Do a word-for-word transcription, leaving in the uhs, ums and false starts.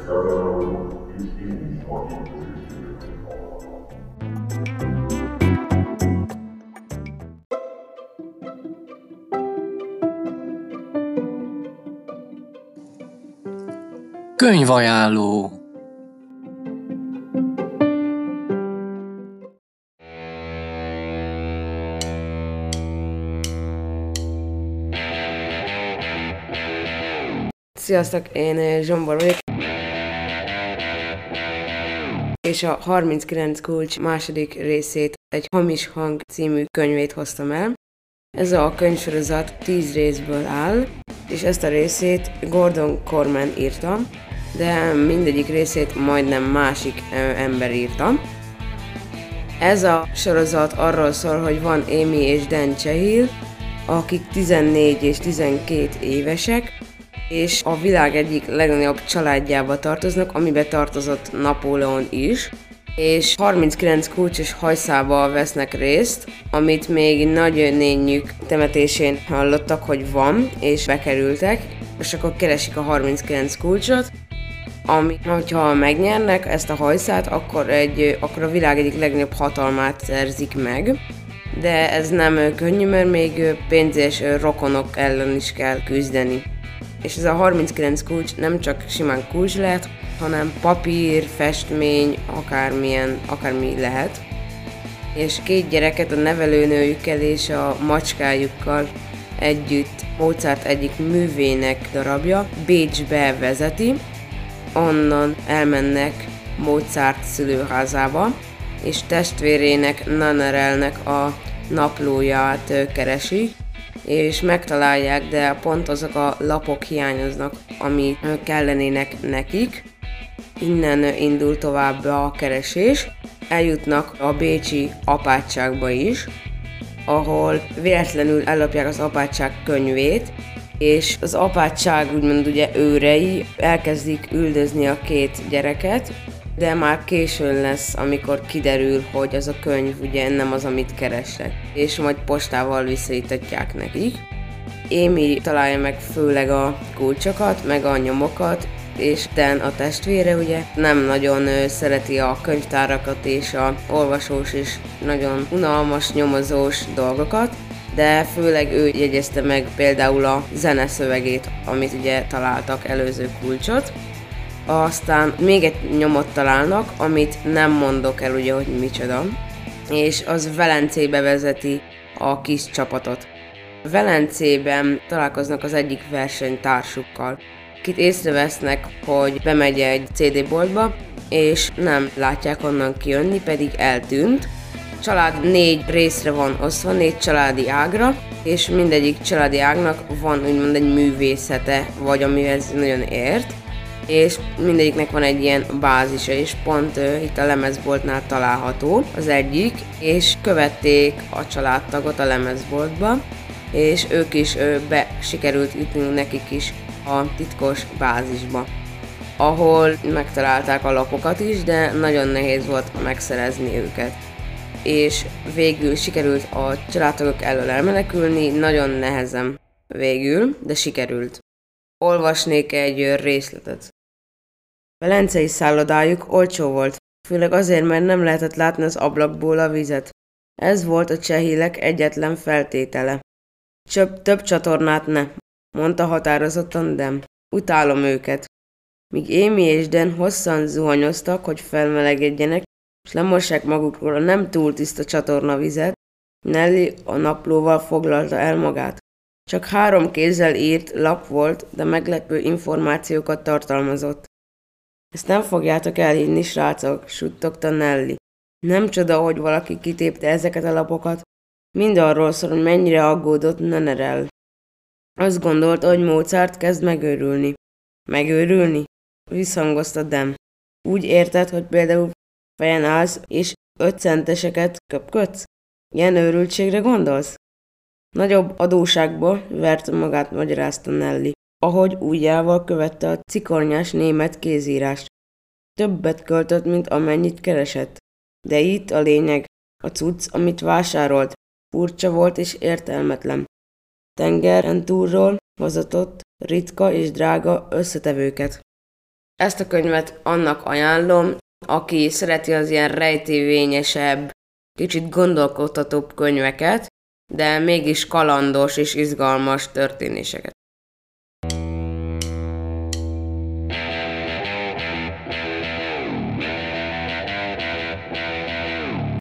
Ellenvaló, és én is nagyon közösségeket hallgatom. Könyvajánló. Sziasztok, én Zsombor vagyok, és a harminckilenc kulcs második részét, egy Hamis hang című könyvét hoztam el. Ez a könyvsorozat tíz részből áll, és ezt a részét Gordon Korman írta, de mindegyik részét majdnem másik ember írta. Ez a sorozat arról szól, hogy van Amy és Dan Cahill, akik tizennégy és tizenkét évesek, és a világ egyik legnagyobb családjába tartoznak, amiben tartozott Napóleon is, és harminckilenc kulcsos hajszába vesznek részt, amit még nagynényük temetésén hallottak, hogy van, és bekerültek, és akkor keresik a harminckilenc kulcsot, ami, hogyha megnyernek ezt a hajszát, akkor, egy, akkor a világ egyik legnagyobb hatalmát szerzik meg. De ez nem könnyű, mert még pénzes rokonok ellen is kell küzdeni. És ez a harminckilenc kulcs nem csak simán kulcs lehet, hanem papír, festmény, akármilyen, akármi lehet. És két gyereket a nevelőnőjükkel és a macskájukkal együtt Mozart egyik művének darabja Bécsbe vezeti, onnan elmennek Mozart szülőházába, és testvérének, Nannerlnek a naplóját keresik, és megtalálják, de pont azok a lapok hiányoznak, ami kellenének nekik. Innen indul tovább a keresés. Eljutnak a bécsi apátságba is, ahol véletlenül ellopják az apátság könyvét, és az apátság úgymond ugye őrei elkezdik üldözni a két gyereket, de már későn lesz, amikor kiderül, hogy az a könyv ugye nem az, amit keresnek, és majd postával visszaítatják nekik. Amy találja meg főleg a kulcsokat, meg a nyomokat, és Dan a testvére ugye nem nagyon szereti a könyvtárakat és a olvasós és nagyon unalmas, nyomozós dolgokat, de főleg ő jegyezte meg például a zeneszövegét, amit ugye találtak előző kulcsot. Aztán még egy nyomot találnak, amit nem mondok el ugye, hogy micsoda, és az Velencébe vezeti a kis csapatot. Velencében találkoznak az egyik versenytársukkal, akit észrevesznek, hogy bemegy egy cé dé boltba, és nem látják onnan kijönni, pedig eltűnt. A család négy részre van osztva, négy családi ágra, és mindegyik családi ágnak van úgymond egy művészete, vagy amihez nagyon ért, és mindegyiknek van egy ilyen bázisa, és pont uh, itt a lemezboltnál található az egyik, és követték a családtagot a lemezboltba, és ők is uh, be sikerült jutni nekik is a titkos bázisba, ahol megtalálták a lapokat is, de nagyon nehéz volt megszerezni őket. És végül sikerült a családtagok elől elmenekülni, nagyon nehezen végül, de sikerült. Olvasnék egy részletet. Velencei szállodájuk olcsó volt, főleg azért, mert nem lehetett látni az ablakból a vizet. Ez volt a Cahillek egyetlen feltétele. Csöbb, több csatornát ne, mondta határozottan Dan. Utálom őket. Míg Amy és Dan hosszan zuhanyoztak, hogy felmelegedjenek, és lemossák magukról a nem túl tiszta csatornavizet, Nelly a naplóval foglalta el magát. Csak három kézzel írt lap volt, de meglepő információkat tartalmazott. Ezt nem fogjátok elhinni, srácok, suttogta Nelly. Nem csoda, hogy valaki kitépte ezeket a lapokat. Mind arról szól, hogy mennyire aggódott Nannerl. Azt gondolta, hogy Mozart kezd megőrülni. Megőrülni? Visszhangozta Dan. Úgy érted, hogy például fejen állsz, és öt centeseket köpködsz? Ilyen őrültségre gondolsz? Nagyobb adóságba verte magát, magyarázta Nelly, ahogy ujjával követte a cikornyás német kézírást. Többet költött, mint amennyit keresett. De itt a lényeg, a cucc, amit vásárolt, furcsa volt és értelmetlen. Tengeren túlról hozatott ritka és drága összetevőket. Ezt a könyvet annak ajánlom, aki szereti az ilyen rejtélyvényesebb, kicsit gondolkodtatóbb könyveket, de mégis kalandos és izgalmas történéseket.